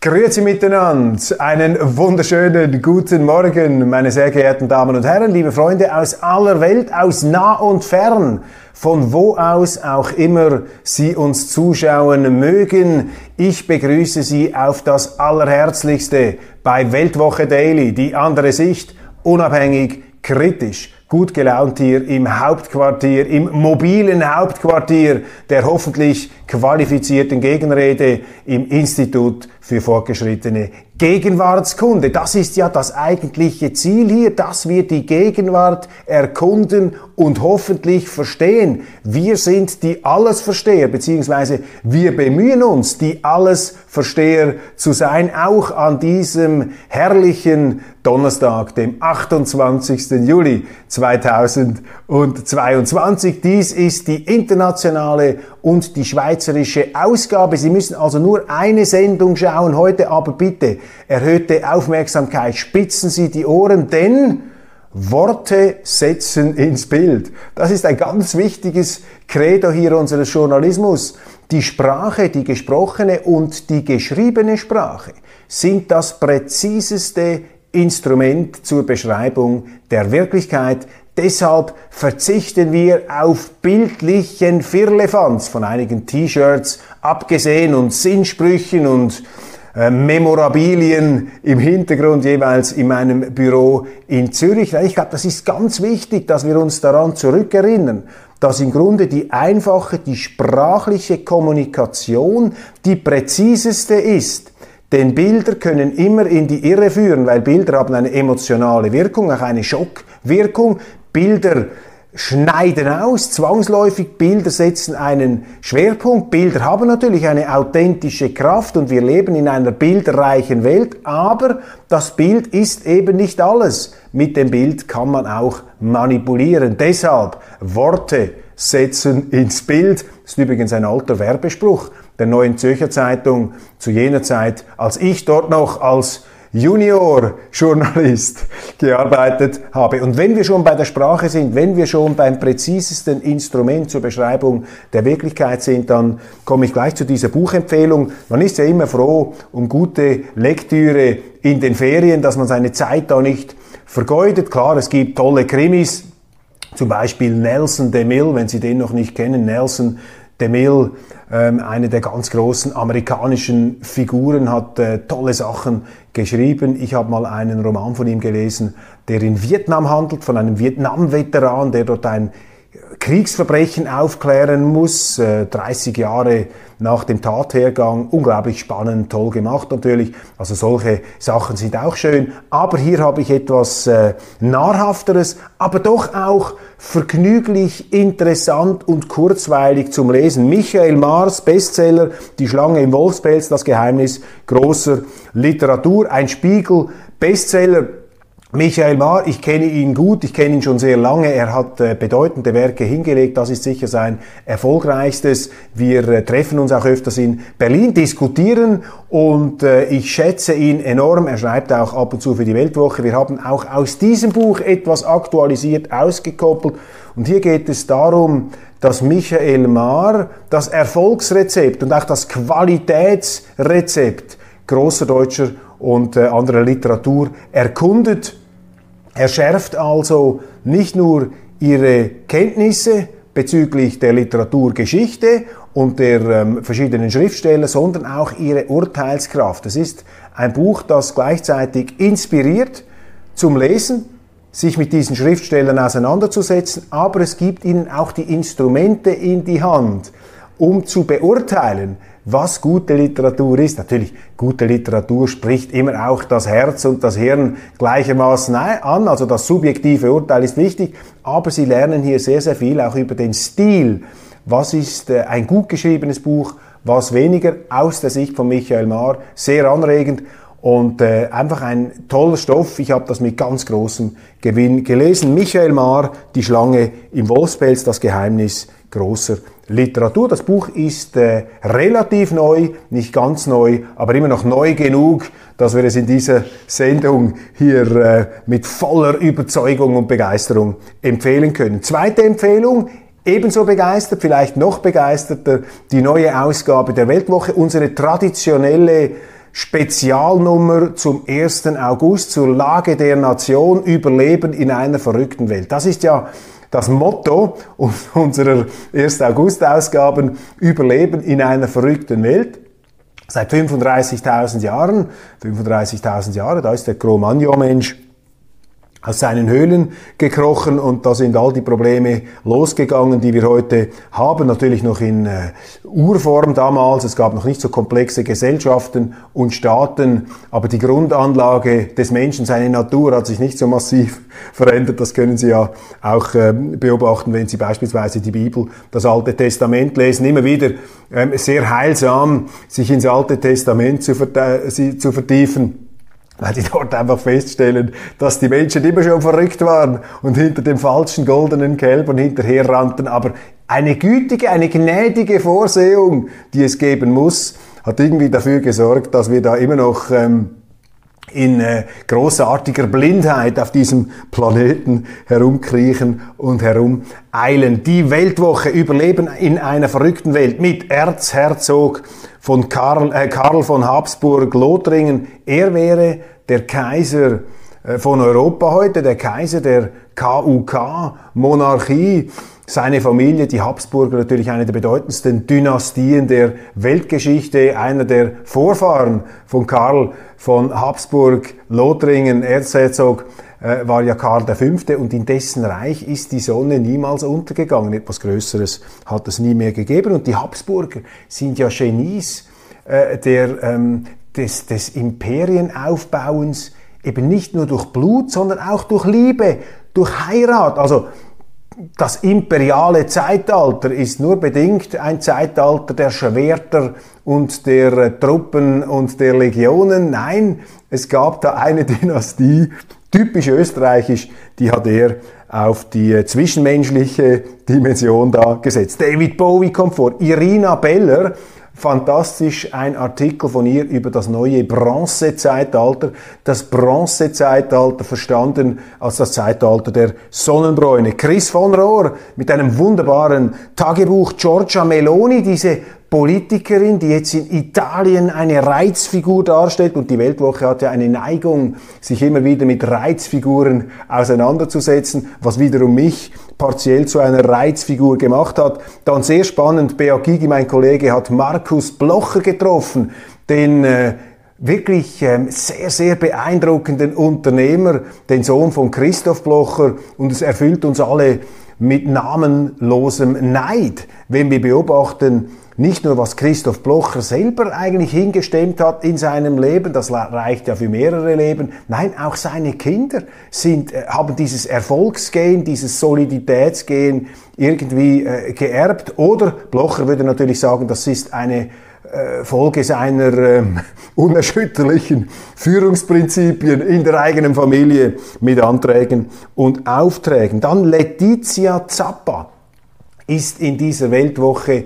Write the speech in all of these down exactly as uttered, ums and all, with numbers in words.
Grüezi miteinander, einen wunderschönen guten Morgen, meine sehr geehrten Damen und Herren, liebe Freunde aus aller Welt, aus nah und fern, von wo aus auch immer Sie uns zuschauen mögen. Ich begrüße Sie auf das Allerherzlichste bei Weltwoche Daily, die andere Sicht, unabhängig, kritisch. Gut gelaunt hier im Hauptquartier, im mobilen Hauptquartier der hoffentlich qualifizierten Gegenrede im Institut für fortgeschrittene Gegenwartskunde. Das ist ja das eigentliche Ziel hier, dass wir die Gegenwart erkunden und hoffentlich verstehen. Wir sind die Allesversteher, beziehungsweise wir bemühen uns, die Allesversteher zu sein, auch an diesem herrlichen Donnerstag, dem achtundzwanzigsten Juli zweitausendzweiundzwanzig. Dies ist die internationale und die schweizerische Ausgabe. Sie müssen also nur eine Sendung schauen heute, aber bitte erhöhte Aufmerksamkeit, spitzen Sie die Ohren, denn Worte setzen ins Bild. Das ist ein ganz wichtiges Credo hier unseres Journalismus. Die Sprache, die gesprochene und die geschriebene Sprache sind das präziseste Instrument zur Beschreibung der Wirklichkeit. Deshalb verzichten wir auf bildlichen Firlefanz, von einigen T-Shirts abgesehen und Sinnsprüchen und äh, Memorabilien im Hintergrund jeweils in meinem Büro in Zürich. Ich glaube, das ist ganz wichtig, dass wir uns daran zurückerinnern, dass im Grunde die einfache, die sprachliche Kommunikation die präziseste ist. Denn Bilder können immer in die Irre führen, weil Bilder haben eine emotionale Wirkung, auch eine Schockwirkung. Bilder schneiden aus, zwangsläufig. Bilder setzen einen Schwerpunkt. Bilder haben natürlich eine authentische Kraft und wir leben in einer bilderreichen Welt, aber das Bild ist eben nicht alles. Mit dem Bild kann man auch manipulieren. Deshalb Worte setzen ins Bild. Das ist übrigens ein alter Werbespruch der Neuen Zürcher Zeitung zu jener Zeit, als ich dort noch als Junior-Journalist gearbeitet habe. Und wenn wir schon bei der Sprache sind, wenn wir schon beim präzisesten Instrument zur Beschreibung der Wirklichkeit sind, dann komme ich gleich zu dieser Buchempfehlung. Man ist ja immer froh um gute Lektüre in den Ferien, dass man seine Zeit da nicht vergeudet. Klar, es gibt tolle Krimis, zum Beispiel Nelson DeMille, wenn Sie den noch nicht kennen, Nelson DeMille, ähm, eine der ganz großen amerikanischen Figuren, hat äh, tolle Sachen geschrieben. Ich habe mal einen Roman von ihm gelesen, der in Vietnam handelt, von einem Vietnam-Veteran, der dort ein Kriegsverbrechen aufklären muss, äh, dreißig Jahre nach dem Tathergang. Unglaublich spannend, toll gemacht natürlich. Also solche Sachen sind auch schön. Aber hier habe ich etwas äh, Nahrhafteres, aber doch auch vergnüglich, interessant und kurzweilig zum Lesen. Michael Maars Bestseller, Die Schlange im Wolfspelz, das Geheimnis großer Literatur. Ein Spiegel-Bestseller. Michael Maar, ich kenne ihn gut, ich kenne ihn schon sehr lange, er hat äh, bedeutende Werke hingelegt, das ist sicher sein erfolgreichstes. Wir äh, treffen uns auch öfters in Berlin, diskutieren und äh, ich schätze ihn enorm. Er schreibt auch ab und zu für die Weltwoche. Wir haben auch aus diesem Buch etwas aktualisiert, ausgekoppelt und hier geht es darum, dass Michael Maar das Erfolgsrezept und auch das Qualitätsrezept großer deutscher und äh, anderer Literatur erkundet. Er schärft also nicht nur ihre Kenntnisse bezüglich der Literaturgeschichte und der ähm, verschiedenen Schriftsteller, sondern auch ihre Urteilskraft. Es ist ein Buch, das gleichzeitig inspiriert zum Lesen, sich mit diesen Schriftstellern auseinanderzusetzen, aber es gibt ihnen auch die Instrumente in die Hand, um zu beurteilen, was gute Literatur ist. Natürlich, gute Literatur spricht immer auch das Herz und das Hirn gleichermaßen an, also das subjektive Urteil ist wichtig, aber Sie lernen hier sehr, sehr viel auch über den Stil. Was ist äh, ein gut geschriebenes Buch, was weniger, aus der Sicht von Michael Maar, sehr anregend und äh, einfach ein toller Stoff. Ich habe das mit ganz großem Gewinn gelesen. Michael Maar, Die Schlange im Wolfspelz, das Geheimnis großer Literatur. Das Buch ist äh, relativ neu, nicht ganz neu, aber immer noch neu genug, dass wir es in dieser Sendung hier äh, mit voller Überzeugung und Begeisterung empfehlen können. Zweite Empfehlung, ebenso begeistert, vielleicht noch begeisterter, die neue Ausgabe der Weltwoche, unsere traditionelle Spezialnummer zum ersten August zur Lage der Nation, Überleben in einer verrückten Welt. Das ist ja das Motto unserer ersten August-Ausgaben, Überleben in einer verrückten Welt. Seit fünfunddreißigtausend Jahren, fünfunddreißigtausend Jahre, da ist der Cro-Magnon-Mensch aus seinen Höhlen gekrochen und da sind all die Probleme losgegangen, die wir heute haben. Natürlich noch in äh, Urform damals. Es gab noch nicht so komplexe Gesellschaften und Staaten, aber die Grundanlage des Menschen, seine Natur hat sich nicht so massiv verändert. Das können Sie ja auch äh, beobachten, wenn Sie beispielsweise die Bibel, das Alte Testament lesen. Immer wieder ähm, sehr heilsam, sich ins Alte Testament zu, verte- zu vertiefen, weil die dort einfach feststellen, dass die Menschen immer schon verrückt waren und hinter dem falschen goldenen Kälbern hinterher rannten. Aber eine gütige, eine gnädige Vorsehung, die es geben muss, hat irgendwie dafür gesorgt, dass wir da immer noch ähm, in äh, großartiger Blindheit auf diesem Planeten herumkriechen und herumeilen. Die Weltwoche Überleben in einer verrückten Welt mit Erzherzog von Karl, äh, Karl von Habsburg-Lothringen. Er wäre der Kaiser äh, von Europa heute, der Kaiser der K U K-Monarchie. Seine Familie, die Habsburger, natürlich eine der bedeutendsten Dynastien der Weltgeschichte, einer der Vorfahren von Karl von Habsburg-Lothringen, Erzherzog, äh, war ja Karl der Fünfte und in dessen Reich ist die Sonne niemals untergegangen. Etwas Größeres hat es nie mehr gegeben und die Habsburger sind ja Genies äh, der, ähm, des, des Imperienaufbauens, eben nicht nur durch Blut, sondern auch durch Liebe, durch Heirat. Also das imperiale Zeitalter ist nur bedingt ein Zeitalter der Schwerter und der äh, Truppen und der Legionen. Nein, es gab da eine Dynastie, typisch österreichisch, die hat er auf die äh, zwischenmenschliche Dimension da gesetzt. David Bowie kommt vor, Irina Beller, fantastisch ein Artikel von ihr über das neue Bronzezeitalter. Das Bronzezeitalter verstanden als das Zeitalter der Sonnenbräune. Chris von Rohr mit einem wunderbaren Tagebuch. Giorgia Meloni, diese Politikerin, die jetzt in Italien eine Reizfigur darstellt, und die Weltwoche hat ja eine Neigung, sich immer wieder mit Reizfiguren auseinanderzusetzen, was wiederum mich partiell zu einer Reizfigur gemacht hat. Dann sehr spannend, Beat Gygi, mein Kollege, hat Markus Blocher getroffen, den äh, wirklich ähm, sehr, sehr beeindruckenden Unternehmer, den Sohn von Christoph Blocher, und es erfüllt uns alle mit namenlosem Neid, wenn wir beobachten, nicht nur was Christoph Blocher selber eigentlich hingestemmt hat in seinem Leben, das reicht ja für mehrere Leben, nein, auch seine Kinder sind, äh, haben dieses Erfolgsgehen, dieses Soliditätsgehen irgendwie äh, geerbt. Oder Blocher würde natürlich sagen, das ist eine äh, Folge seiner äh, unerschütterlichen Führungsprinzipien in der eigenen Familie mit Anträgen und Aufträgen. Dann Letizia Zappa ist in dieser Weltwoche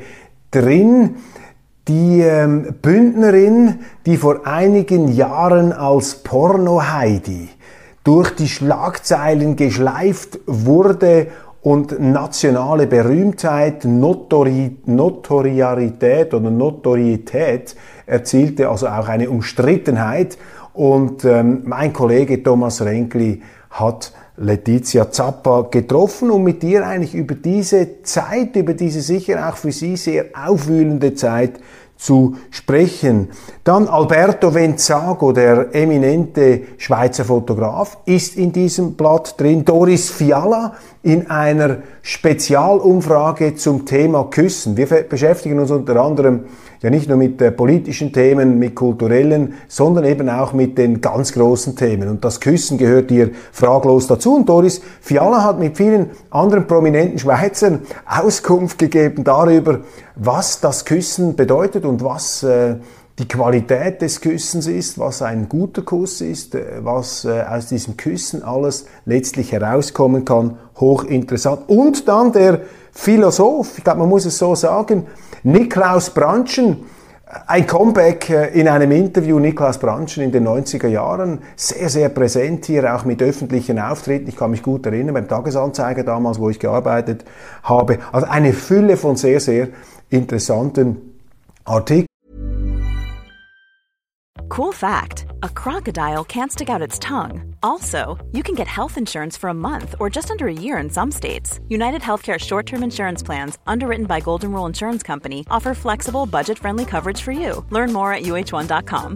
drin, die ähm, Bündnerin, die vor einigen Jahren als Porno-Heidi durch die Schlagzeilen geschleift wurde und nationale Berühmtheit, Notori- Notoriarität oder Notorietät erzielte, also auch eine Umstrittenheit. Und ähm, mein Kollege Thomas Renkli hat Letizia Zappa getroffen, um mit ihr eigentlich über diese Zeit, über diese sicher auch für sie sehr aufwühlende Zeit zu sprechen. Dann Alberto Venzago, der eminente Schweizer Fotograf, ist in diesem Blatt drin. Doris Fiala in einer Spezialumfrage zum Thema Küssen. Wir beschäftigen uns unter anderem ja nicht nur mit äh, politischen Themen, mit kulturellen, sondern eben auch mit den ganz großen Themen. Und das Küssen gehört hier fraglos dazu. Und Doris Fiala hat mit vielen anderen prominenten Schweizern Auskunft gegeben darüber, was das Küssen bedeutet und was äh, die Qualität des Küssens ist, was ein guter Kuss ist, äh, was äh, aus diesem Küssen alles letztlich herauskommen kann. Hochinteressant. Und dann der Philosoph, ich glaube, man muss es so sagen, Niklaus Brandtschen, ein Comeback in einem Interview, Niklaus Brandtschen in den neunziger Jahren, sehr, sehr präsent hier, auch mit öffentlichen Auftritten. Ich kann mich gut erinnern, beim Tagesanzeiger damals, wo ich gearbeitet habe. Also eine Fülle von sehr, sehr interessanten Artikeln. Cool fact, a crocodile can't stick out its tongue. Also, you can get health insurance for a month or just under a year in some states. United Healthcare short-term insurance plans, underwritten by Golden Rule Insurance Company, offer flexible, budget-friendly coverage for you. Learn more at U H one dot com.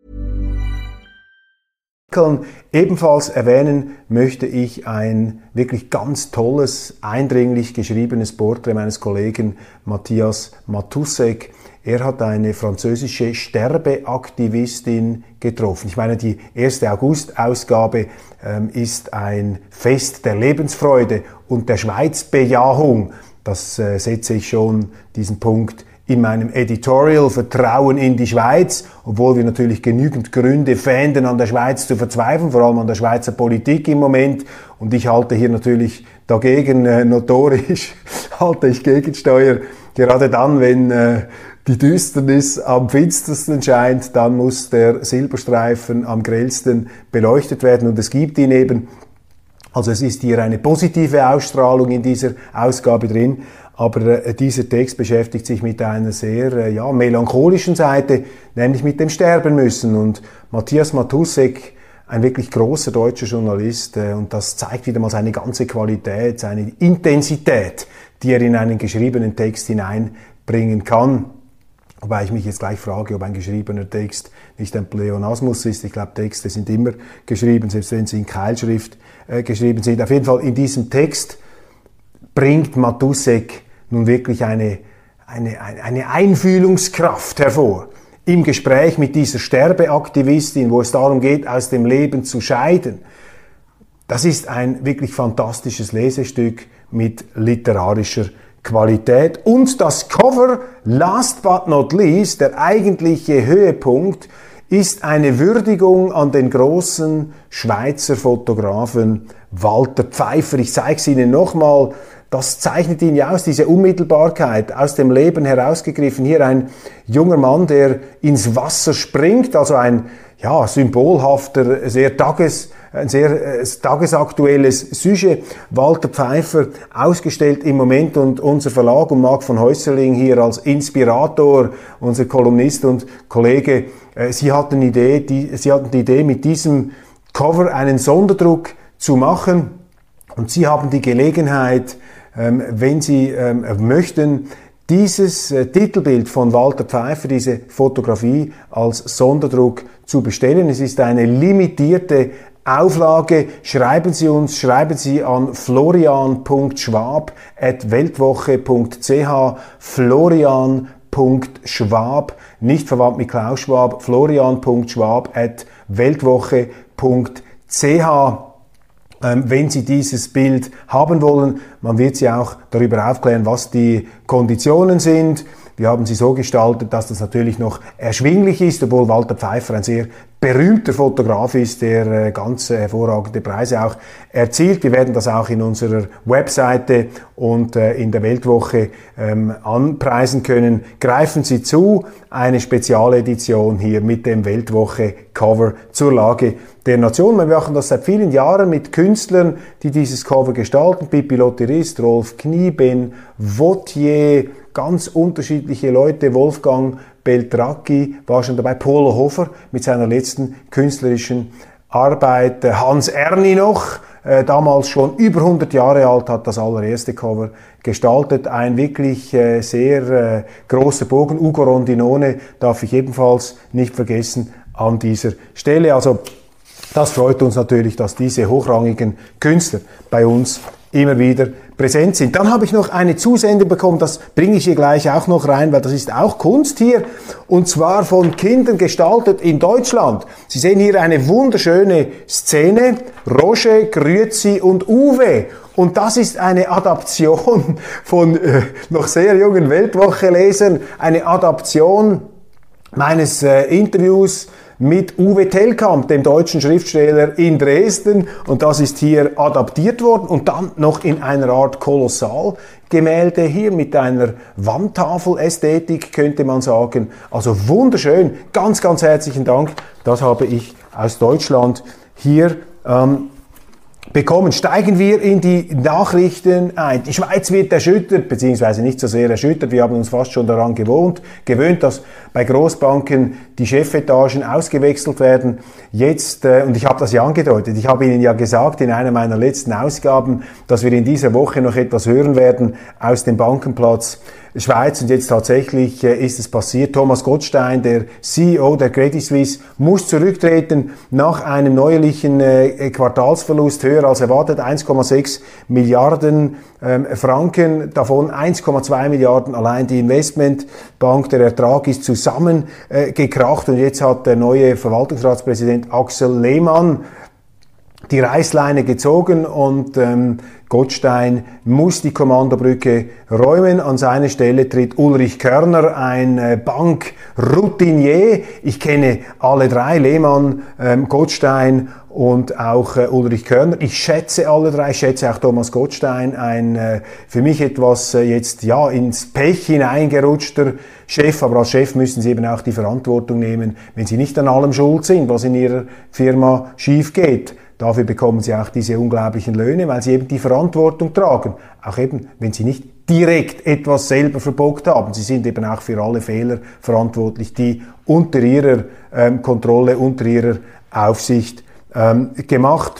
Ebenfalls erwähnen möchte ich ein wirklich ganz tolles, eindringlich geschriebenes Porträt meines Kollegen Matthias Matussek. Er hat eine französische Sterbeaktivistin getroffen. Ich meine, die erste August-Ausgabe ähm, ist ein Fest der Lebensfreude und der Schweizbejahung. Das äh, setze ich schon, diesen Punkt, in meinem Editorial Vertrauen in die Schweiz, obwohl wir natürlich genügend Gründe fänden, an der Schweiz zu verzweifeln, vor allem an der Schweizer Politik im Moment. Und ich halte hier natürlich dagegen, äh, notorisch halte ich Gegensteuer. Gerade dann, wenn äh, die Düsternis am finstersten scheint, dann muss der Silberstreifen am grellsten beleuchtet werden und es gibt ihn eben. Also es ist hier eine positive Ausstrahlung in dieser Ausgabe drin, aber äh, dieser Text beschäftigt sich mit einer sehr äh, ja, melancholischen Seite, nämlich mit dem Sterben müssen. Und Matthias Matussek, ein wirklich großer deutscher Journalist, äh, und das zeigt wieder mal seine ganze Qualität, seine Intensität, die er in einen geschriebenen Text hineinbringen kann. Wobei ich mich jetzt gleich frage, ob ein geschriebener Text nicht ein Pleonasmus ist. Ich glaube, Texte sind immer geschrieben, selbst wenn sie in Keilschrift äh, geschrieben sind. Auf jeden Fall in diesem Text bringt Matussek nun wirklich eine, eine, eine Einfühlungskraft hervor. Im Gespräch mit dieser Sterbeaktivistin, wo es darum geht, aus dem Leben zu scheiden. Das ist ein wirklich fantastisches Lesestück mit literarischer Qualität. Und das Cover, last but not least, der eigentliche Höhepunkt, ist eine Würdigung an den großen Schweizer Fotografen Walter Pfeiffer. Ich zeige es Ihnen nochmal. Das zeichnet ihn ja aus, diese Unmittelbarkeit, aus dem Leben herausgegriffen. Hier ein junger Mann, der ins Wasser springt, also ein ja, symbolhafter, sehr tages, ein sehr äh, tagesaktuelles Sujet. Walter Pfeiffer, ausgestellt im Moment, und unser Verlag und Marc von Häuserling hier als Inspirator, unser Kolumnist und Kollege, äh, sie hatten die Idee, die, sie hatten die Idee, mit diesem Cover einen Sonderdruck zu machen, und Sie haben die Gelegenheit, ähm, wenn Sie ähm, möchten, dieses äh, Titelbild von Walter Pfeiffer, diese Fotografie als Sonderdruck zu bestellen. Es ist eine limitierte Auflage. Schreiben Sie uns, schreiben Sie an florian punkt schwab at weltwoche punkt c h, florian punkt schwab, nicht verwandt mit Klaus Schwab, florian punkt schwab at weltwoche punkt c h. Wenn Sie dieses Bild haben wollen. Man wird Sie auch darüber aufklären, was die Konditionen sind. Wir haben sie so gestaltet, dass das natürlich noch erschwinglich ist, obwohl Walter Pfeiffer ein sehr berühmter Fotograf ist, der ganz hervorragende Preise auch erzielt. Wir werden das auch in unserer Webseite und in der Weltwoche ähm, anpreisen können. Greifen Sie zu, eine Spezialedition hier mit dem Weltwoche-Cover zur Lage der Nation. Wir machen das seit vielen Jahren mit Künstlern, die dieses Cover gestalten. Pippi Lotterist, Rolf Knieben, Vautier, ganz unterschiedliche Leute. Wolfgang Beltracchi war schon dabei, Polo Hofer mit seiner letzten künstlerischen Arbeit, Hans Erni noch, äh, damals schon über hundert Jahre alt, hat das allererste Cover gestaltet. Ein wirklich äh, sehr äh, großer Bogen. Ugo Rondinone darf ich ebenfalls nicht vergessen an dieser Stelle. Also das freut uns natürlich, dass diese hochrangigen Künstler bei uns immer wieder präsent sind. Dann habe ich noch eine Zusendung bekommen, das bringe ich hier gleich auch noch rein, weil das ist auch Kunst hier, und zwar von Kindern gestaltet in Deutschland. Sie sehen hier eine wunderschöne Szene, Roger, Grüezi und Uwe. Und das ist eine Adaption von äh, noch sehr jungen Weltwoche-Lesern, eine Adaption meines äh, Interviews mit Uwe Tellkamp, dem deutschen Schriftsteller in Dresden, und das ist hier adaptiert worden und dann noch in einer Art Kolossalgemälde hier mit einer Wandtafelästhetik, könnte man sagen. Also wunderschön, ganz, ganz herzlichen Dank. Das habe ich aus Deutschland hier ähm, bekommen. Steigen wir in die Nachrichten ein. Die Schweiz wird erschüttert, beziehungsweise nicht so sehr erschüttert. Wir haben uns fast schon daran gewohnt, gewöhnt, dass bei Großbanken die Chefetagen ausgewechselt werden. Jetzt, äh, und ich habe das ja angedeutet, ich habe Ihnen ja gesagt in einer meiner letzten Ausgaben, dass wir in dieser Woche noch etwas hören werden aus dem Bankenplatz Schweiz, und jetzt tatsächlich äh, ist es passiert. Thomas Gottstein, der C E O der Credit Suisse, muss zurücktreten nach einem neuerlichen äh, Quartalsverlust, höher als erwartet, eins Komma sechs Milliarden ähm, Franken, davon eins Komma zwei Milliarden allein die Investmentbank. Der Ertrag ist zusammengekracht äh, und jetzt hat der neue Verwaltungsratspräsident Axel Lehmann die Reißleine gezogen und ähm, Gottstein muss die Kommandobrücke räumen. An seine Stelle tritt Ulrich Körner, ein äh, Bankroutinier. Ich kenne alle drei, Lehmann, ähm, Gottstein und auch äh, Ulrich Körner. Ich schätze alle drei, ich schätze auch Thomas Gottstein, ein äh, für mich etwas äh, jetzt ja ins Pech hineingerutschter Chef, aber als Chef müssen Sie eben auch die Verantwortung nehmen, wenn Sie nicht an allem schuld sind, was in Ihrer Firma schief geht. Dafür bekommen Sie auch diese unglaublichen Löhne, weil Sie eben die Verantwortung tragen. Auch eben, wenn Sie nicht direkt etwas selber verbockt haben. Sie sind eben auch für alle Fehler verantwortlich, die unter Ihrer ähm, Kontrolle, unter Ihrer Aufsicht ähm, gemacht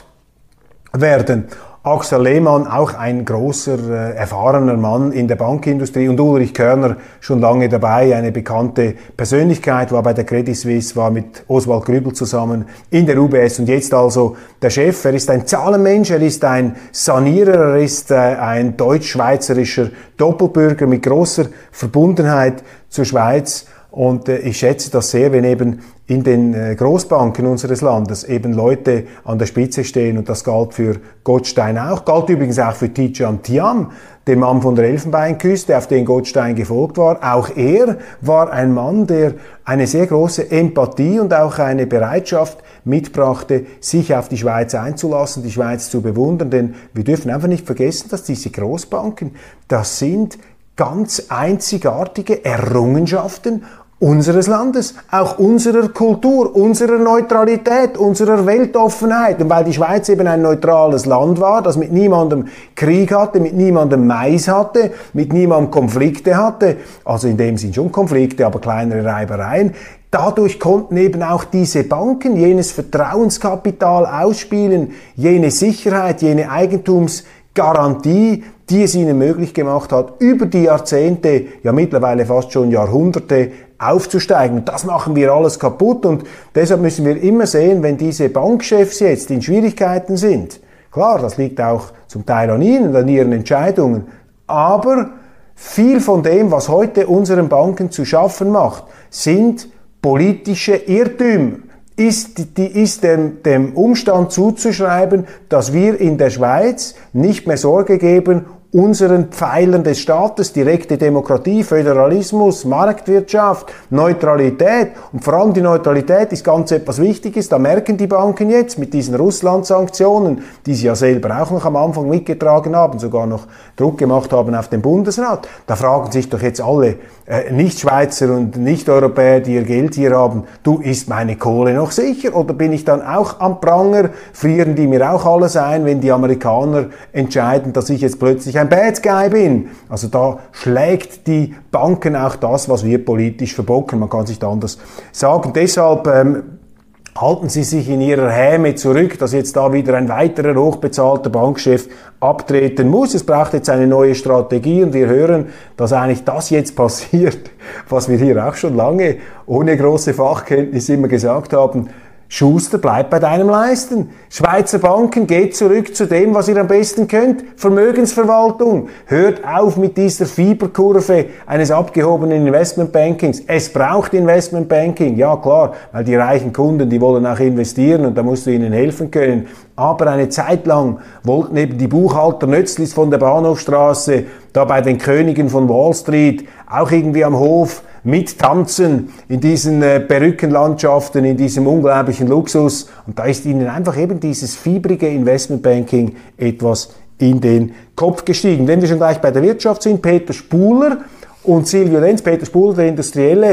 werden. Axel Lehmann, auch ein großer, äh, erfahrener Mann in der Bankindustrie, und Ulrich Körner, schon lange dabei, eine bekannte Persönlichkeit, war bei der Credit Suisse, war mit Oswald Grübel zusammen in der U B S und jetzt also der Chef. Er ist ein Zahlenmensch, er ist ein Sanierer, er ist äh, ein deutsch-schweizerischer Doppelbürger mit großer Verbundenheit zur Schweiz. Und äh, ich schätze das sehr, wenn eben in den äh, Großbanken unseres Landes eben Leute an der Spitze stehen, und das galt für Gottstein auch, galt übrigens auch für Tidjane Thiam, den Mann von der Elfenbeinküste, auf den Gottstein gefolgt war. Auch er war ein Mann, der eine sehr große Empathie und auch eine Bereitschaft mitbrachte, sich auf die Schweiz einzulassen, die Schweiz zu bewundern, denn wir dürfen einfach nicht vergessen, dass diese Großbanken, das sind ganz einzigartige Errungenschaften unseres Landes, auch unserer Kultur, unserer Neutralität, unserer Weltoffenheit. Und weil die Schweiz eben ein neutrales Land war, das mit niemandem Krieg hatte, mit niemandem Mais hatte, mit niemandem Konflikte hatte, also in dem Sinn schon Konflikte, aber kleinere Reibereien, dadurch konnten eben auch diese Banken jenes Vertrauenskapital ausspielen, jene Sicherheit, jene Eigentumsgarantie, die es ihnen möglich gemacht hat, über die Jahrzehnte, ja mittlerweile fast schon Jahrhunderte, aufzusteigen. Das machen wir alles kaputt, und deshalb müssen wir immer sehen, wenn diese Bankchefs jetzt in Schwierigkeiten sind. Klar, das liegt auch zum Teil an ihnen und an ihren Entscheidungen, aber viel von dem, was heute unseren Banken zu schaffen macht, sind politische Irrtümer. Ist, die ist dem, dem Umstand zuzuschreiben, dass wir in der Schweiz nicht mehr Sorge geben unseren Pfeilern des Staates, direkte Demokratie, Föderalismus, Marktwirtschaft, Neutralität, und vor allem die Neutralität ist ganz etwas Wichtiges. Da merken die Banken jetzt mit diesen Russland-Sanktionen, die sie ja selber auch noch am Anfang mitgetragen haben, sogar noch Druck gemacht haben auf den Bundesrat. Da fragen sich doch jetzt alle äh, Nicht-Schweizer und Nicht-Europäer, die ihr Geld hier haben, du, ist meine Kohle noch sicher, oder bin ich dann auch am Pranger? Frieren die mir auch alles ein, wenn die Amerikaner entscheiden, dass ich jetzt plötzlich ein Bad Guy bin? Also da schlägt die Banken auch das, was wir politisch verbocken. Man kann sich da anders sagen. Deshalb ähm, halten Sie sich in Ihrer Häme zurück, dass jetzt da wieder ein weiterer hochbezahlter Bankchef abtreten muss. Es braucht jetzt eine neue Strategie, und wir hören, dass eigentlich das jetzt passiert, was wir hier auch schon lange ohne große Fachkenntnis immer gesagt haben. Schuster, bleib bei deinem Leisten. Schweizer Banken, geht zurück zu dem, was ihr am besten könnt. Vermögensverwaltung. Hört auf mit dieser Fieberkurve eines abgehobenen Investmentbankings. Es braucht Investmentbanking. Ja, klar, weil die reichen Kunden, die wollen auch investieren, und da musst du ihnen helfen können. Aber eine Zeit lang wollten eben die Buchhalter Nötzlis von der Bahnhofstraße, da bei den Königen von Wall Street, auch irgendwie am Hof, mittanzen in diesen äh, Perückenlandschaften, in diesem unglaublichen Luxus. Und da ist ihnen einfach eben dieses fiebrige Investmentbanking etwas in den Kopf gestiegen. Wenn wir schon gleich bei der Wirtschaft sind, Peter Spuhler und Silvio Lenz. Peter Spuhler, der Industrielle,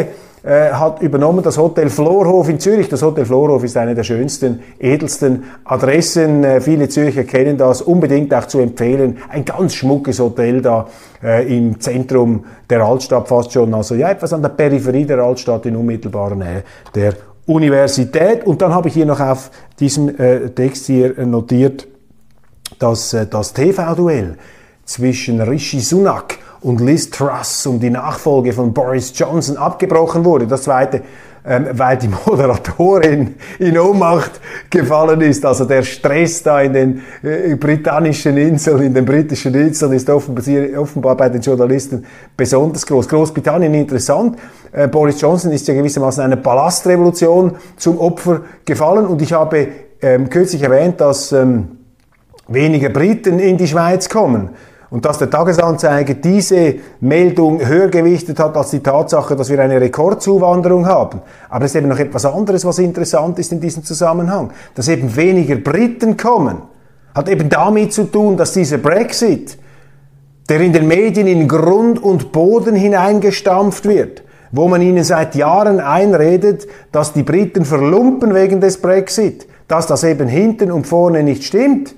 äh, hat übernommen das Hotel Florhof in Zürich. Das Hotel Florhof ist eine der schönsten, edelsten Adressen. Äh, viele Zürcher kennen das, unbedingt auch zu empfehlen. Ein ganz schmuckes Hotel da äh, im Zentrum der Altstadt fast schon. Also ja, etwas an der Peripherie der Altstadt in unmittelbarer Nähe der Universität. Und dann habe ich hier noch auf diesem äh, Text hier notiert, dass äh, das T V-Duell zwischen Rishi Sunak und Liz Truss um die Nachfolge von Boris Johnson abgebrochen wurde. Das zweite, ähm, weil die Moderatorin in Ohnmacht gefallen ist. Also der Stress da in den äh, britannischen Inseln, in den britischen Inseln ist offenbar, offenbar bei den Journalisten besonders groß. Großbritannien interessant. Äh, Boris Johnson ist ja gewissermaßen einer Palastrevolution zum Opfer gefallen. Und ich habe ähm, kürzlich erwähnt, dass ähm, weniger Briten in die Schweiz kommen. Und dass der Tagesanzeiger diese Meldung höher gewichtet hat als die Tatsache, dass wir eine Rekordzuwanderung haben. Aber es ist eben noch etwas anderes, was interessant ist in diesem Zusammenhang. Dass eben weniger Briten kommen, hat eben damit zu tun, dass dieser Brexit, der in den Medien in Grund und Boden hineingestampft wird, wo man ihnen seit Jahren einredet, dass die Briten verlumpen wegen des Brexit, dass das eben hinten und vorne nicht stimmt.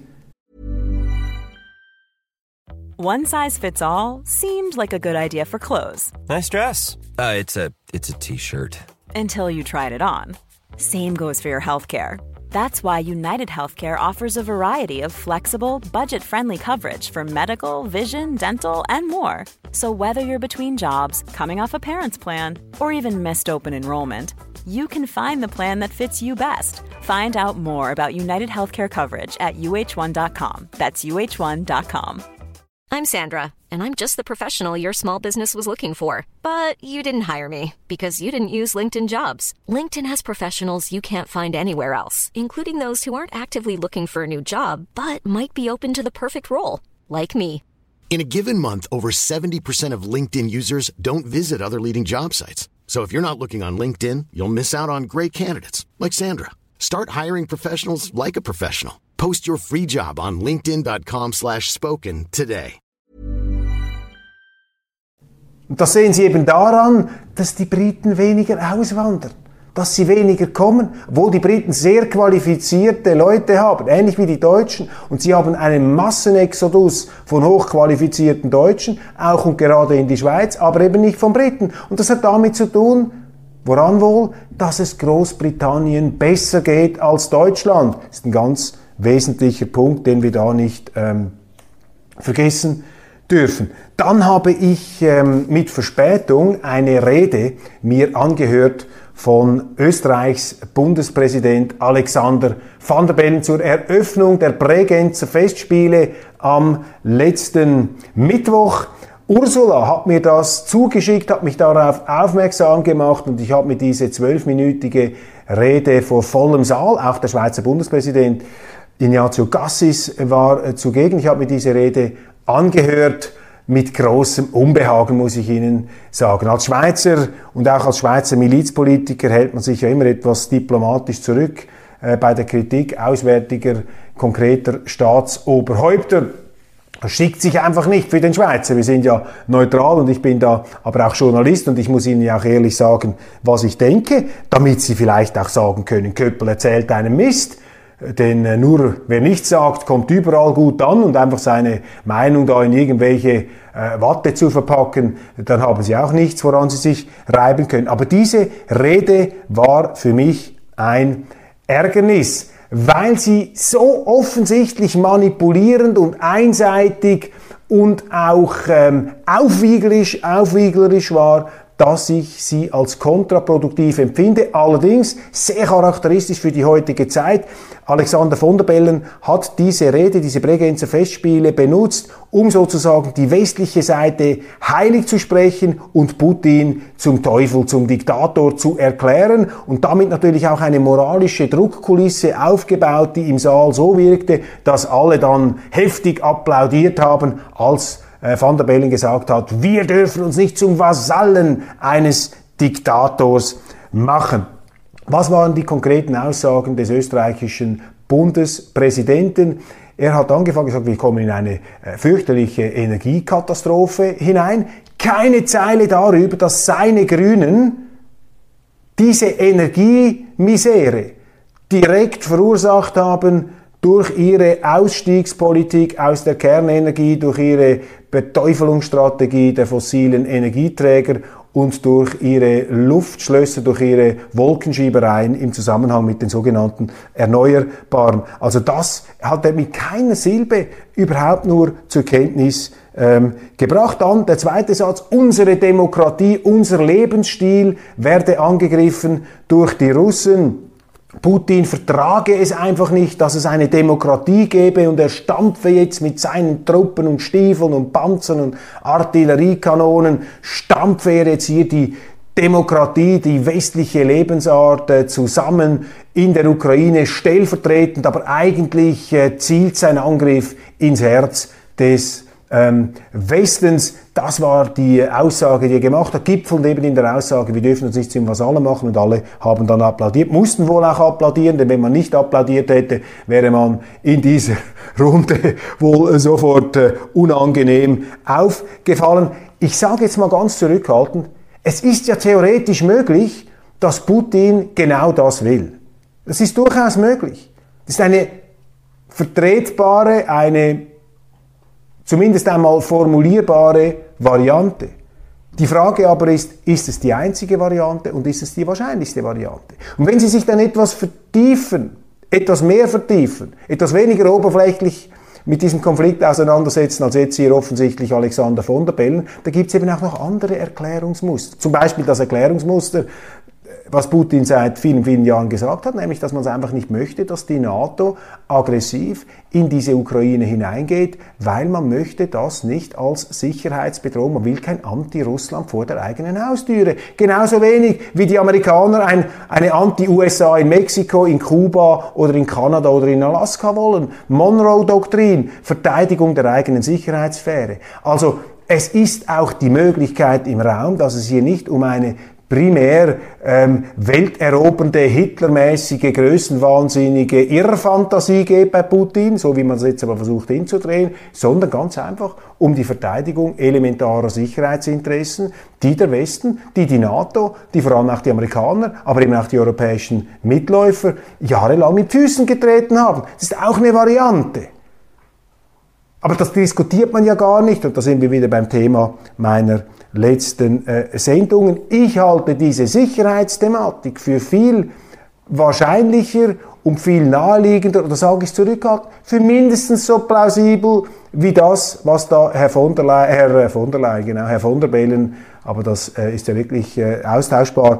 One size fits all seemed like a good idea for clothes. Nice dress. Uh, it's a it's a t-shirt. Until you tried it on. Same goes for your healthcare. That's why United Healthcare offers a variety of flexible, budget-friendly coverage for medical, vision, dental, and more. So whether you're between jobs, coming off a parent's plan, or even missed open enrollment, you can find the plan that fits you best. Find out more about United Healthcare coverage at U H one dot com. That's U H one dot com. I'm Sandra, and I'm just the professional your small business was looking for. But you didn't hire me because you didn't use LinkedIn Jobs. LinkedIn has professionals you can't find anywhere else, including those who aren't actively looking for a new job, but might be open to the perfect role, like me. In a given month, over seventy percent of LinkedIn users don't visit other leading job sites. So if you're not looking on LinkedIn, you'll miss out on great candidates, like Sandra. Start hiring professionals like a professional. Post your free job on linkedin dot com slash spoken today. Und das sehen Sie eben daran, dass die Briten weniger auswandern, dass sie weniger kommen, wo die Briten sehr qualifizierte Leute haben, ähnlich wie die Deutschen. Und sie haben einen Massenexodus von hochqualifizierten Deutschen, auch und gerade in die Schweiz, aber eben nicht von Briten. Und das hat damit zu tun, woran wohl, dass es Großbritannien besser geht als Deutschland. Das ist ein ganz wesentlicher Punkt, den wir da nicht ähm, vergessen dürfen. Dann habe ich ähm, mit Verspätung eine Rede mir angehört von Österreichs Bundespräsident Alexander Van der Bellen zur Eröffnung der Bregenzer Festspiele am letzten Mittwoch. Ursula hat mir das zugeschickt, hat mich darauf aufmerksam gemacht und ich habe mir diese zwölfminütige Rede vor vollem Saal, auch der Schweizer Bundespräsident Ignazio Cassis war zugegen, ich habe mir diese Rede angehört, mit großem Unbehagen, muss ich Ihnen sagen. Als Schweizer und auch als Schweizer Milizpolitiker hält man sich ja immer etwas diplomatisch zurück äh, bei der Kritik auswärtiger, konkreter Staatsoberhäupter. Das schickt sich einfach nicht für den Schweizer. Wir sind ja neutral und ich bin da aber auch Journalist und ich muss Ihnen ja auch ehrlich sagen, was ich denke, damit Sie vielleicht auch sagen können, Köppel erzählt einen Mist. Denn äh, nur wer nichts sagt, kommt überall gut an und einfach seine Meinung da in irgendwelche äh, Watte zu verpacken, dann haben sie auch nichts, woran sie sich reiben können. Aber diese Rede war für mich ein Ärgernis, weil sie so offensichtlich manipulierend und einseitig und auch ähm, aufwieglerisch, aufwieglerisch war, dass ich sie als kontraproduktiv empfinde. Allerdings sehr charakteristisch für die heutige Zeit. Alexander Van der Bellen hat diese Rede, diese Bregenzer Festspiele benutzt, um sozusagen die westliche Seite heilig zu sprechen und Putin zum Teufel, zum Diktator zu erklären und damit natürlich auch eine moralische Druckkulisse aufgebaut, die im Saal so wirkte, dass alle dann heftig applaudiert haben, als Van der Bellen gesagt hat, wir dürfen uns nicht zum Vasallen eines Diktators machen. Was waren die konkreten Aussagen des österreichischen Bundespräsidenten? Er hat angefangen gesagt, wir kommen in eine fürchterliche Energiekatastrophe hinein. Keine Zeile darüber, dass seine Grünen diese Energiemisere direkt verursacht haben durch ihre Ausstiegspolitik aus der Kernenergie, durch ihre Beteufelungsstrategie der fossilen Energieträger und durch ihre Luftschlösser, durch ihre Wolkenschiebereien im Zusammenhang mit den sogenannten Erneuerbaren. Also das hat er mit keiner Silbe überhaupt nur zur Kenntnis ähm, gebracht. Dann der zweite Satz: Unsere Demokratie, unser Lebensstil werde angegriffen durch die Russen. Putin vertrage es einfach nicht, dass es eine Demokratie gäbe, und er stampfe jetzt mit seinen Truppen und Stiefeln und Panzern und Artilleriekanonen, stampfe er jetzt hier die Demokratie, die westliche Lebensart äh, zusammen in der Ukraine, stellvertretend, aber eigentlich äh, zielt sein Angriff ins Herz des ähm, Westens. Das war die Aussage, die er gemacht hat, gipfelnd eben in der Aussage, wir dürfen uns nicht zum Vasallen machen, und alle haben dann applaudiert, mussten wohl auch applaudieren, denn wenn man nicht applaudiert hätte, wäre man in dieser Runde wohl sofort äh, unangenehm aufgefallen. Ich sage jetzt mal ganz zurückhaltend, es ist ja theoretisch möglich, dass Putin genau das will. Das ist durchaus möglich. Das ist eine vertretbare, eine zumindest einmal formulierbare Variante. Die Frage aber ist, ist es die einzige Variante und ist es die wahrscheinlichste Variante? Und wenn Sie sich dann etwas vertiefen, etwas mehr vertiefen, etwas weniger oberflächlich mit diesem Konflikt auseinandersetzen, als jetzt hier offensichtlich Alexander von der Bellen, da gibt es eben auch noch andere Erklärungsmuster. Zum Beispiel das Erklärungsmuster, was Putin seit vielen, vielen Jahren gesagt hat, nämlich, dass man es einfach nicht möchte, dass die NATO aggressiv in diese Ukraine hineingeht, weil man möchte das nicht als Sicherheitsbedrohung, man will kein Anti-Russland vor der eigenen Haustüre. Genauso wenig wie die Amerikaner ein, eine Anti-U S A in Mexiko, in Kuba oder in Kanada oder in Alaska wollen. Monroe-Doktrin, Verteidigung der eigenen Sicherheitssphäre. Also es ist auch die Möglichkeit im Raum, dass es hier nicht um eine primär ähm, welterobernde, hitlermäßige, größenwahnsinnige Irrfantasie geht bei Putin, so wie man es jetzt aber versucht hinzudrehen, sondern ganz einfach um die Verteidigung elementarer Sicherheitsinteressen, die der Westen, die die NATO, die vor allem auch die Amerikaner, aber eben auch die europäischen Mitläufer jahrelang mit Füßen getreten haben. Das ist auch eine Variante. Aber das diskutiert man ja gar nicht, und da sind wir wieder beim Thema meiner letzten äh, Sendungen. Ich halte diese Sicherheitsthematik für viel wahrscheinlicher und viel naheliegender, oder sage ich zurückhaltend, für mindestens so plausibel wie das, was da Herr von der Leyen, Herr von der Leyen, genau, Herr von der Bellen, aber das äh, ist ja wirklich äh, austauschbar,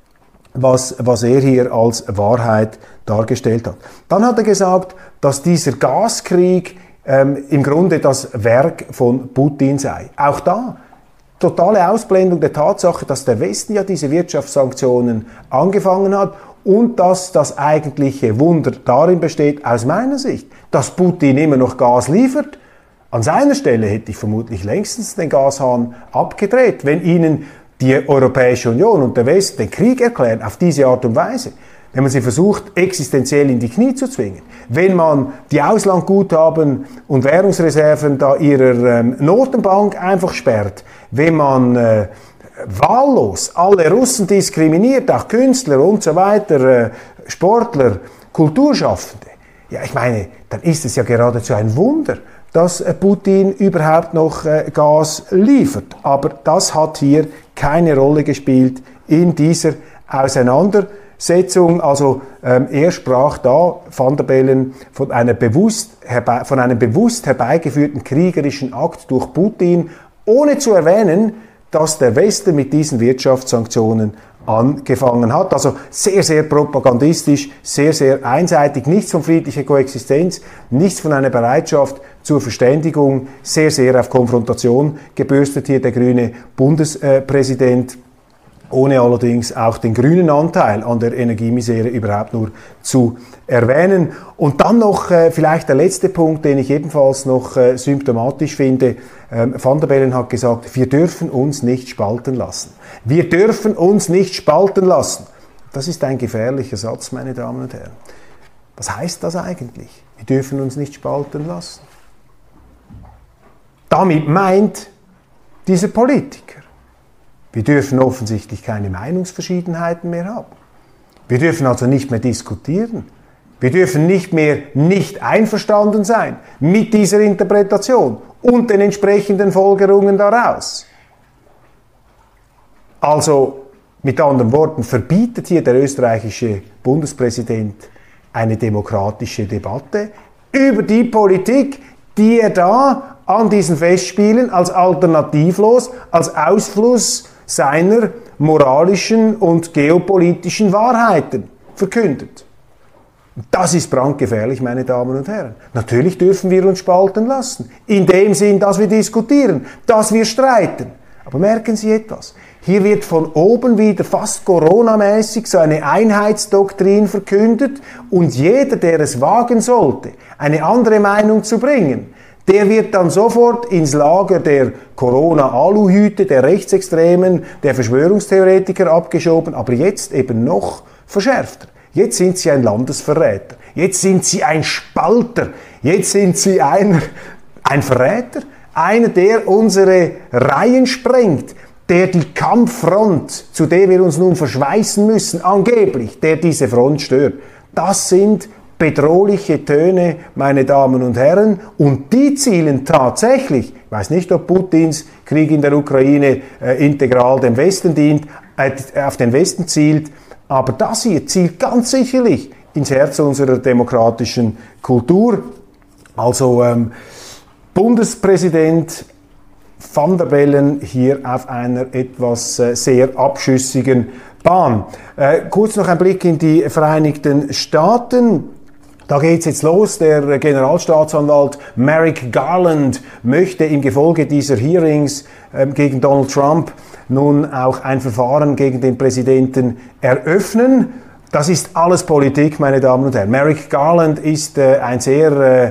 was, was er hier als Wahrheit dargestellt hat. Dann hat er gesagt, dass dieser Gaskrieg ähm, im Grunde das Werk von Putin sei. Auch da totale Ausblendung der Tatsache, dass der Westen ja diese Wirtschaftssanktionen angefangen hat und dass das eigentliche Wunder darin besteht, aus meiner Sicht, dass Putin immer noch Gas liefert. An seiner Stelle hätte ich vermutlich längstens den Gashahn abgedreht, wenn ihnen die Europäische Union und der Westen den Krieg erklären, auf diese Art und Weise. Wenn man sie versucht, existenziell in die Knie zu zwingen, wenn man die Auslandguthaben und Währungsreserven da ihrer ähm, Notenbank einfach sperrt, wenn man äh, wahllos alle Russen diskriminiert, auch Künstler und so weiter, äh, Sportler, Kulturschaffende, ja, ich meine, dann ist es ja geradezu ein Wunder, dass äh, Putin überhaupt noch äh, Gas liefert. Aber das hat hier keine Rolle gespielt in dieser Auseinandersetzung. Also ähm, er sprach da, Van der Bellen, von, einer bewusst herbei, von einem bewusst herbeigeführten kriegerischen Akt durch Putin, ohne zu erwähnen, dass der Westen mit diesen Wirtschaftssanktionen angefangen hat. Also sehr, sehr propagandistisch, sehr, sehr einseitig, nichts von friedlicher Koexistenz, nichts von einer Bereitschaft zur Verständigung, sehr, sehr auf Konfrontation gebürstet hier der grüne Bundespräsident, ohne allerdings auch den grünen Anteil an der Energiemisere überhaupt nur zu erwähnen. Und dann noch äh, vielleicht der letzte Punkt, den ich ebenfalls noch äh, symptomatisch finde. Ähm, Van der Bellen hat gesagt, wir dürfen uns nicht spalten lassen. Wir dürfen uns nicht spalten lassen. Das ist ein gefährlicher Satz, meine Damen und Herren. Was heißt das eigentlich? Wir dürfen uns nicht spalten lassen. Damit meint dieser Politiker, Wir dürfen offensichtlich keine Meinungsverschiedenheiten mehr haben. Wir dürfen also nicht mehr diskutieren. Wir dürfen nicht mehr nicht einverstanden sein mit dieser Interpretation und den entsprechenden Folgerungen daraus. Also, mit anderen Worten, verbietet hier der österreichische Bundespräsident eine demokratische Debatte über die Politik, die er da an diesen Festspielen als alternativlos, als Ausfluss seiner moralischen und geopolitischen Wahrheiten verkündet. Das ist brandgefährlich, meine Damen und Herren. Natürlich dürfen wir uns spalten lassen, in dem Sinn, dass wir diskutieren, dass wir streiten. Aber merken Sie etwas, hier wird von oben wieder fast Corona-mäßig so eine Einheitsdoktrin verkündet und jeder, der es wagen sollte, eine andere Meinung zu bringen, der wird dann sofort ins Lager der Corona-Aluhüte, der Rechtsextremen, der Verschwörungstheoretiker abgeschoben, aber jetzt eben noch verschärfter. Jetzt sind sie ein Landesverräter. Jetzt sind sie ein Spalter. Jetzt sind sie ein, ein Verräter. Einer, der unsere Reihen sprengt, der die Kampffront, zu der wir uns nun verschweißen müssen, angeblich, der diese Front stört. Das sind bedrohliche Töne, meine Damen und Herren, und die zielen tatsächlich, ich weiß nicht, ob Putins Krieg in der Ukraine äh, integral dem Westen dient, äh, auf den Westen zielt, aber das hier zielt ganz sicherlich ins Herz unserer demokratischen Kultur. Also ähm, Bundespräsident Van der Bellen hier auf einer etwas äh, sehr abschüssigen Bahn. Äh, kurz noch ein Blick in die Vereinigten Staaten. Da geht's jetzt los. Der Generalstaatsanwalt Merrick Garland möchte im Gefolge dieser Hearings äh, gegen Donald Trump nun auch ein Verfahren gegen den Präsidenten eröffnen. Das ist alles Politik, meine Damen und Herren. Merrick Garland ist äh, ein sehr äh,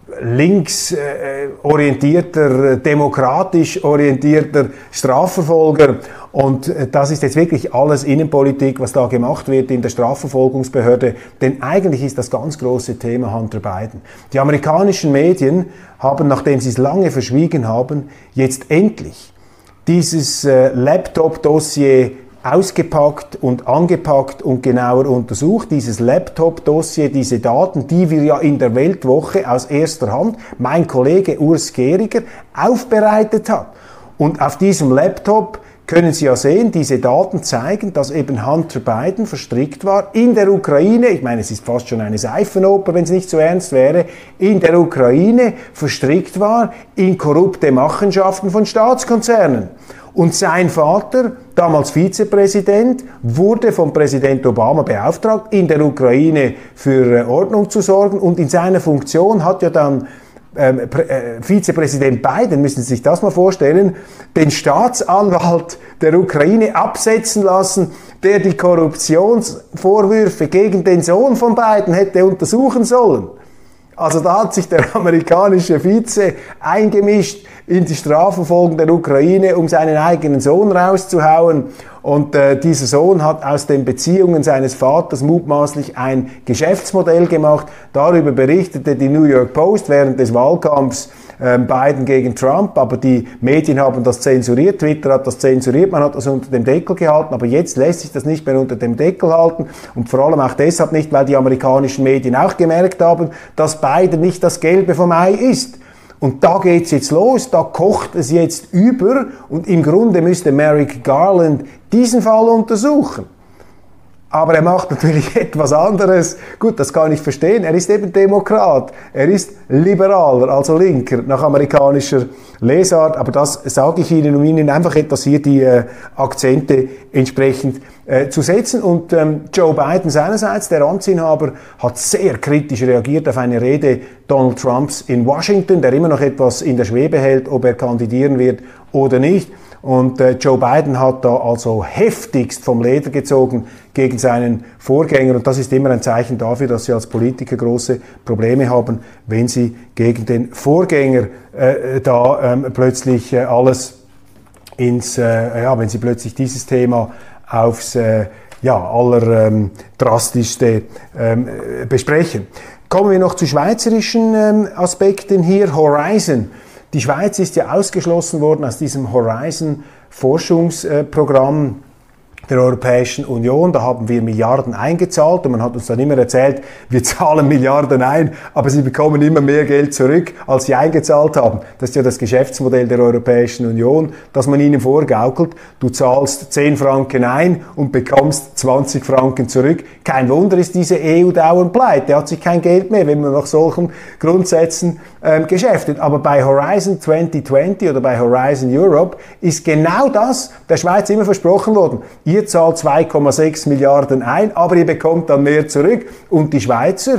links äh, orientierter, demokratisch orientierter Strafverfolger. Und äh, das ist jetzt wirklich alles Innenpolitik, was da gemacht wird in der Strafverfolgungsbehörde. Denn eigentlich ist das ganz große Thema Hunter Biden. Die amerikanischen Medien haben, nachdem sie es lange verschwiegen haben, jetzt endlich dieses äh, Laptop-Dossier ausgepackt und angepackt und genauer untersucht. Dieses Laptop-Dossier, diese Daten, die wir ja in der Weltwoche aus erster Hand, mein Kollege Urs Gehriger, aufbereitet hat. Und auf diesem Laptop können Sie ja sehen, diese Daten zeigen, dass eben Hunter Biden verstrickt war in der Ukraine, ich meine, es ist fast schon eine Seifenoper, wenn es nicht so ernst wäre, in der Ukraine verstrickt war in korrupte Machenschaften von Staatskonzernen. Und sein Vater, damals Vizepräsident, wurde von Präsident Obama beauftragt, in der Ukraine für Ordnung zu sorgen. Und in seiner Funktion hat ja dann ähm, äh, Vizepräsident Biden, müssen Sie sich das mal vorstellen, den Staatsanwalt der Ukraine absetzen lassen, der die Korruptionsvorwürfe gegen den Sohn von Biden hätte untersuchen sollen. Also da hat sich der amerikanische Vize eingemischt in die Strafverfolgung der Ukraine, um seinen eigenen Sohn rauszuhauen. Und äh, dieser Sohn hat aus den Beziehungen seines Vaters mutmaßlich ein Geschäftsmodell gemacht. Darüber berichtete die New York Post während des Wahlkampfs äh, Biden gegen Trump. Aber die Medien haben das zensuriert. Twitter hat das zensuriert. Man hat das unter dem Deckel gehalten. Aber jetzt lässt sich das nicht mehr unter dem Deckel halten. Und vor allem auch deshalb nicht, weil die amerikanischen Medien auch gemerkt haben, dass Biden nicht das Gelbe vom Ei ist. Und da geht's jetzt los, da kocht es jetzt über und im Grunde müsste Merrick Garland diesen Fall untersuchen. Aber er macht natürlich etwas anderes. Gut, das kann ich verstehen. Er ist eben Demokrat. Er ist liberaler, also linker, nach amerikanischer Lesart. Aber das sage ich Ihnen, um Ihnen einfach etwas hier die äh, Akzente entsprechend äh, zu setzen. Und ähm, Joe Biden seinerseits, der Amtsinhaber, hat sehr kritisch reagiert auf eine Rede Donald Trumps in Washington, der immer noch etwas in der Schwebe hält, ob er kandidieren wird oder nicht. Und äh, Joe Biden hat da also heftigst vom Leder gezogen gegen seinen Vorgänger. Und das ist immer ein Zeichen dafür, dass Sie als Politiker große Probleme haben, wenn Sie gegen den Vorgänger äh, da ähm, plötzlich äh, alles ins, äh, ja, wenn Sie plötzlich dieses Thema aufs äh, ja, aller ähm, drastischste ähm, besprechen. Kommen wir noch zu schweizerischen ähm, Aspekten hier. Horizon. Die Schweiz ist ja ausgeschlossen worden aus diesem Horizon-Forschungsprogramm der Europäischen Union. Da haben wir Milliarden eingezahlt und man hat uns dann immer erzählt, wir zahlen Milliarden ein, aber sie bekommen immer mehr Geld zurück, als sie eingezahlt haben. Das ist ja das Geschäftsmodell der Europäischen Union, dass man ihnen vorgaukelt, du zahlst zehn Franken ein und bekommst zwanzig Franken zurück. Kein Wunder ist diese E U dauernd pleite, hat sich kein Geld mehr, wenn man nach solchen Grundsätzen ähm, geschäftet. Aber bei Horizon zwanzig zwanzig oder bei Horizon Europe ist genau das der Schweiz immer versprochen worden. Ihr zahlt zwei Komma sechs Milliarden ein, aber ihr bekommt dann mehr zurück. Und die Schweizer,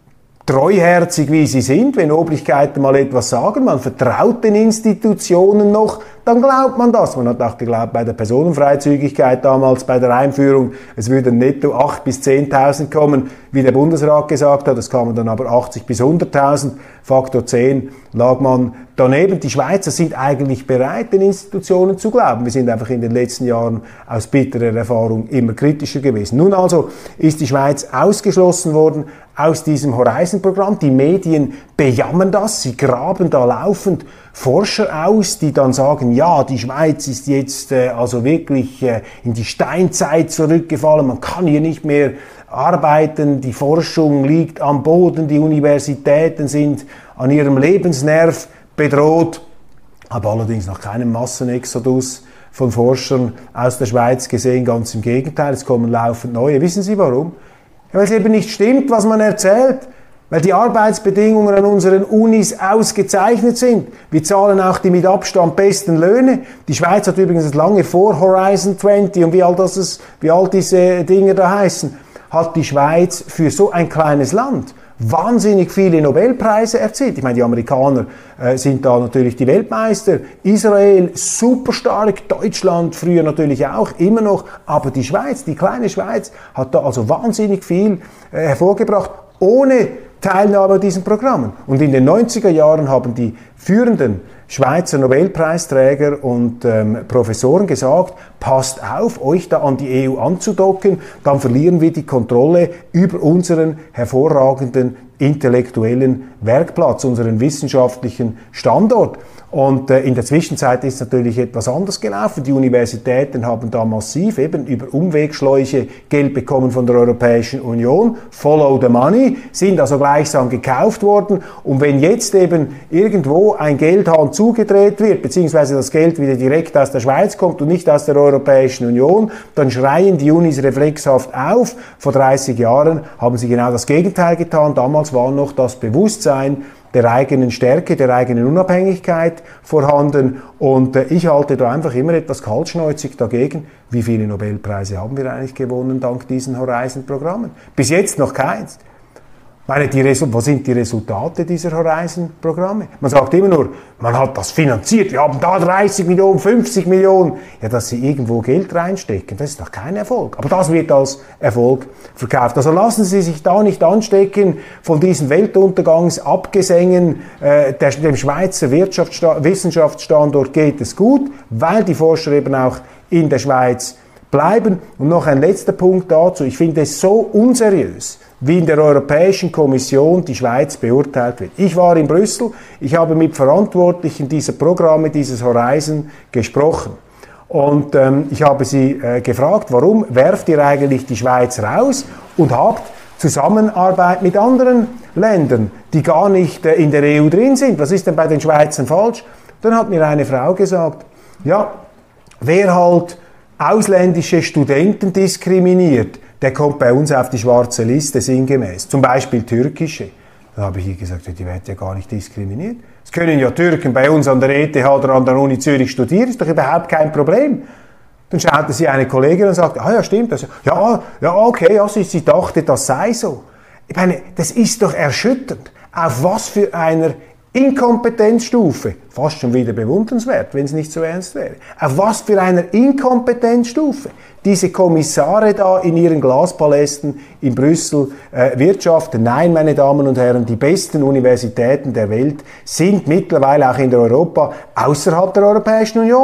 treuherzig wie sie sind, wenn Obrigkeiten mal etwas sagen, man vertraut den Institutionen noch, dann glaubt man das. Man hat auch geglaubt bei der Personenfreizügigkeit damals, bei der Einführung, es würden netto acht bis zehntausend kommen, wie der Bundesrat gesagt hat, es kamen dann aber achtzig bis hunderttausend, Faktor zehn lag man daneben. Die Schweizer sind eigentlich bereit, den Institutionen zu glauben. Wir sind einfach in den letzten Jahren aus bitterer Erfahrung immer kritischer gewesen. Nun also ist die Schweiz ausgeschlossen worden aus diesem Horizon-Programm. Die Medien bejammern das, sie graben da laufend Forscher aus, die dann sagen, ja, die Schweiz ist jetzt äh, also wirklich äh, in die Steinzeit zurückgefallen, man kann hier nicht mehr arbeiten, die Forschung liegt am Boden, die Universitäten sind an ihrem Lebensnerv bedroht. Habe allerdings noch keinen Massenexodus von Forschern aus der Schweiz gesehen, ganz im Gegenteil, es kommen laufend neue. Wissen Sie warum? Ja, weil es eben nicht stimmt, was man erzählt. Weil die Arbeitsbedingungen an unseren Unis ausgezeichnet sind. Wir zahlen auch die mit Abstand besten Löhne. Die Schweiz hat übrigens lange vor Horizon zwanzig und wie all, das ist, wie all diese Dinge da heißen, hat die Schweiz für so ein kleines Land wahnsinnig viele Nobelpreise erzielt. Ich meine, die Amerikaner äh, sind da natürlich die Weltmeister. Israel super stark, Deutschland früher natürlich auch, immer noch. Aber die Schweiz, die kleine Schweiz, hat da also wahnsinnig viel äh, hervorgebracht, ohne Teilnahme an diesen Programmen. Und in den neunziger Jahren haben die führenden Schweizer Nobelpreisträger und ähm, Professoren gesagt, passt auf, euch da an die E U anzudocken, dann verlieren wir die Kontrolle über unseren hervorragenden intellektuellen Werkplatz, unseren wissenschaftlichen Standort. Und äh, in der Zwischenzeit ist natürlich etwas anders gelaufen. Die Universitäten haben da massiv eben über Umwegschläuche Geld bekommen von der Europäischen Union. Follow the money, sind also gleichsam gekauft worden. Und wenn jetzt eben irgendwo ein Geldhahn zugedreht wird, beziehungsweise das Geld wieder direkt aus der Schweiz kommt und nicht aus der Europäischen Union, dann schreien die Unis reflexhaft auf. Vor dreißig Jahren haben sie genau das Gegenteil getan. Damals war noch das Bewusstsein der eigenen Stärke, der eigenen Unabhängigkeit vorhanden. Und äh, ich halte da einfach immer etwas kaltschnäuzig dagegen. Wie viele Nobelpreise haben wir eigentlich gewonnen dank diesen Horizon-Programmen? Bis jetzt noch keins. Ich meine, die Resu- was sind die Resultate dieser Horizon-Programme? Man sagt immer nur, man hat das finanziert, wir haben da dreißig Millionen, fünfzig Millionen. Ja, dass sie irgendwo Geld reinstecken, das ist doch kein Erfolg. Aber das wird als Erfolg verkauft. Also lassen Sie sich da nicht anstecken von diesen Weltuntergangsabgesängen. Äh, der, dem Schweizer Wirtschaftssta- Wissenschaftsstandort geht es gut, weil die Forscher eben auch in der Schweiz bleiben. Und noch ein letzter Punkt dazu. Ich finde es so unseriös, wie in der Europäischen Kommission die Schweiz beurteilt wird. Ich war in Brüssel, ich habe mit Verantwortlichen dieser Programme, dieses Horizon gesprochen. Und ähm, ich habe sie äh, gefragt, warum werft ihr eigentlich die Schweiz raus und habt Zusammenarbeit mit anderen Ländern, die gar nicht äh, in der E U drin sind. Was ist denn bei den Schweizern falsch? Dann hat mir eine Frau gesagt, ja, wer halt ausländische Studenten diskriminiert, der kommt bei uns auf die schwarze Liste, sinngemäß. Zum Beispiel türkische. Dann habe ich ihr gesagt, die werden ja gar nicht diskriminiert. Es können ja Türken bei uns an der E T H oder an der Uni Zürich studieren, ist doch überhaupt kein Problem. Dann schaute sie eine Kollegin und sagte, ah ja, stimmt, das, ja, ja, okay, also sie dachte, das sei so. Ich meine, das ist doch erschütternd. Auf was für einer Inkompetenzstufe, fast schon wieder bewundernswert, wenn es nicht so ernst wäre, auf was für einer Inkompetenzstufe diese Kommissare da in ihren Glaspalästen in Brüssel äh, wirtschaften. Nein, meine Damen und Herren, die besten Universitäten der Welt sind mittlerweile auch in der Europa außerhalb der Europäischen Union.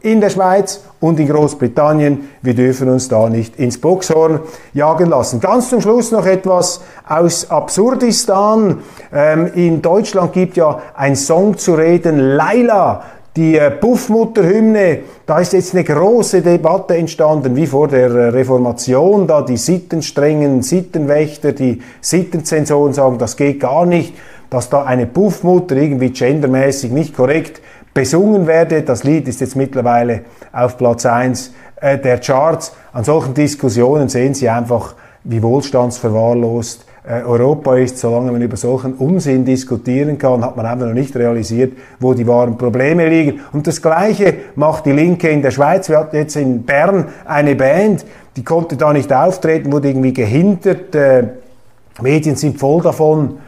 in der Schweiz und in Großbritannien. Wir dürfen uns da nicht ins Boxhorn jagen lassen. Ganz zum Schluss noch etwas aus Absurdistan. Ähm, in Deutschland gibt ja ein Song zu reden, Laila. Die äh, Puffmutterhymne, da ist jetzt eine große Debatte entstanden, wie vor der äh, Reformation, da die sittenstrengen Sittenwächter, die Sittenzensoren sagen, das geht gar nicht, dass da eine Puffmutter irgendwie gendermäßig nicht korrekt besungen werde. Das Lied ist jetzt mittlerweile auf Platz eins äh, der Charts. An solchen Diskussionen sehen Sie einfach, wie wohlstandsverwahrlost Europa ist. Solange man über solchen Unsinn diskutieren kann, hat man einfach noch nicht realisiert, wo die wahren Probleme liegen. Und das Gleiche macht die Linke in der Schweiz. Wir hatten jetzt in Bern eine Band, die konnte da nicht auftreten, wurde irgendwie gehindert. Äh, Medien sind voll davon.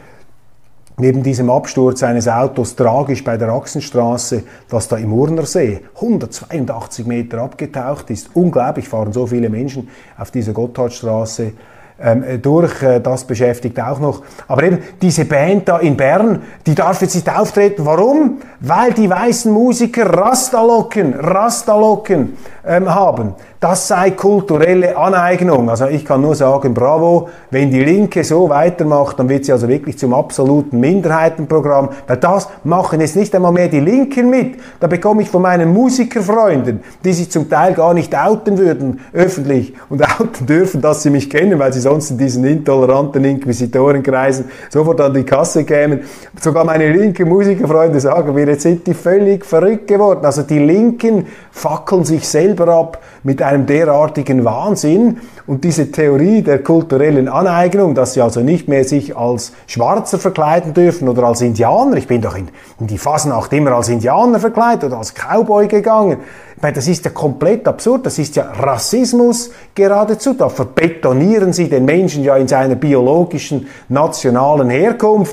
Neben diesem Absturz eines Autos tragisch bei der Achsenstraße, das da im Urnersee hundertzweiundachtzig Meter abgetaucht ist. Unglaublich, fahren so viele Menschen auf dieser Gotthardstraße Ähm, durch, äh, das beschäftigt auch noch. Aber eben diese Band da in Bern, die darf jetzt nicht auftreten. Warum? Weil die weißen Musiker Rastalocken, Rastalocken ähm, haben. Das sei kulturelle Aneignung. Also ich kann nur sagen, bravo, wenn die Linke so weitermacht, dann wird sie also wirklich zum absoluten Minderheitenprogramm. Weil das machen jetzt nicht einmal mehr die Linken mit. Da bekomme ich von meinen Musikerfreunden, die sich zum Teil gar nicht outen würden, öffentlich und outen dürfen, dass sie mich kennen, weil sie sonst in diesen intoleranten Inquisitorenkreisen sofort an die Kasse kämen. Sogar meine linken Musikerfreunde sagen mir, jetzt sind die völlig verrückt geworden. Also die Linken fackeln sich selber ab mit einem derartigen Wahnsinn. Und diese Theorie der kulturellen Aneignung, dass sie also nicht mehr sich als Schwarzer verkleiden dürfen oder als Indianer. Ich bin doch in, in die Fasnacht immer als Indianer verkleidet oder als Cowboy gegangen. Ich meine, das ist ja komplett absurd. Das ist ja Rassismus geradezu. Da verbetonieren sie den Menschen ja in seiner biologischen, nationalen Herkunft.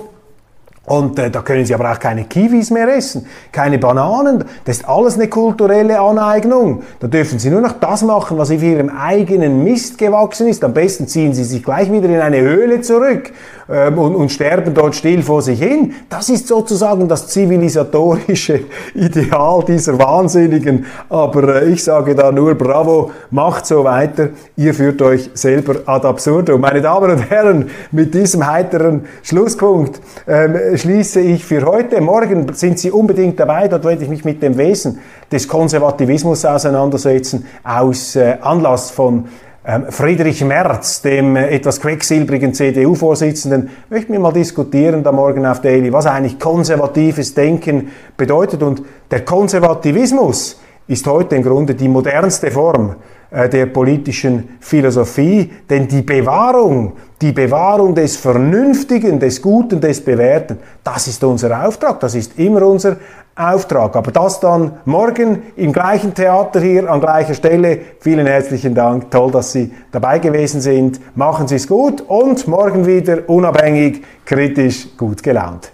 Und äh, da können sie aber auch keine Kiwis mehr essen, keine Bananen. Das ist alles eine kulturelle Aneignung. Da dürfen sie nur noch das machen, was auf ihrem eigenen Mist gewachsen ist. Am besten ziehen sie sich gleich wieder in eine Höhle zurück ähm, und, und sterben dort still vor sich hin. Das ist sozusagen das zivilisatorische Ideal dieser Wahnsinnigen. Aber äh, ich sage da nur, bravo, macht so weiter. Ihr führt euch selber ad absurdum. Meine Damen und Herren, mit diesem heiteren Schlusspunkt ähm, schließe ich für heute. Morgen sind Sie unbedingt dabei, dort werde ich mich mit dem Wesen des Konservativismus auseinandersetzen, aus äh, Anlass von ähm, Friedrich Merz, dem äh, etwas quecksilbrigen C D U-Vorsitzenden, möchten wir mal diskutieren da morgen auf Daily, was eigentlich konservatives Denken bedeutet. Und der Konservativismus ist heute im Grunde die modernste Form der politischen Philosophie, denn die Bewahrung, die Bewahrung des Vernünftigen, des Guten, des Bewährten, das ist unser Auftrag, das ist immer unser Auftrag. Aber das dann morgen im gleichen Theater hier an gleicher Stelle. Vielen herzlichen Dank, toll, dass Sie dabei gewesen sind. Machen Sie es gut und morgen wieder unabhängig, kritisch, gut gelaunt.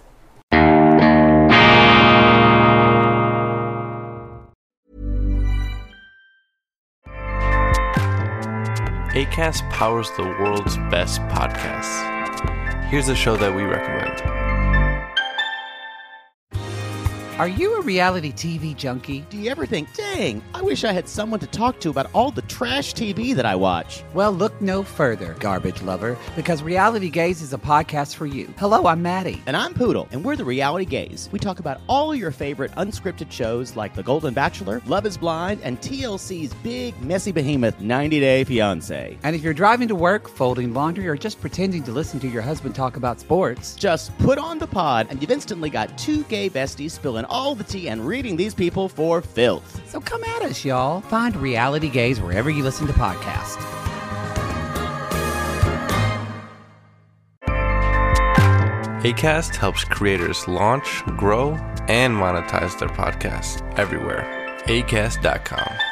Acast powers the world's best podcasts. Here's a show that we recommend. Are you a reality T V junkie? Do you ever think, dang, I wish I had someone to talk to about all the trash T V that I watch? Well, look no further, garbage lover, because Reality Gaze is a podcast for you. Hello, I'm Maddie. And I'm Poodle, and we're the Reality Gaze. We talk about all your favorite unscripted shows like The Golden Bachelor, Love is Blind, and T L C's big, messy behemoth, ninety day fiancé. And if you're driving to work, folding laundry, or just pretending to listen to your husband talk about sports, just put on the pod, and you've instantly got two gay besties spilling all the tea and reading these people for filth. So come at us, y'all. Find Reality Gaze wherever you listen to podcasts. Acast helps creators launch, grow, and monetize their podcasts everywhere. acast dot com.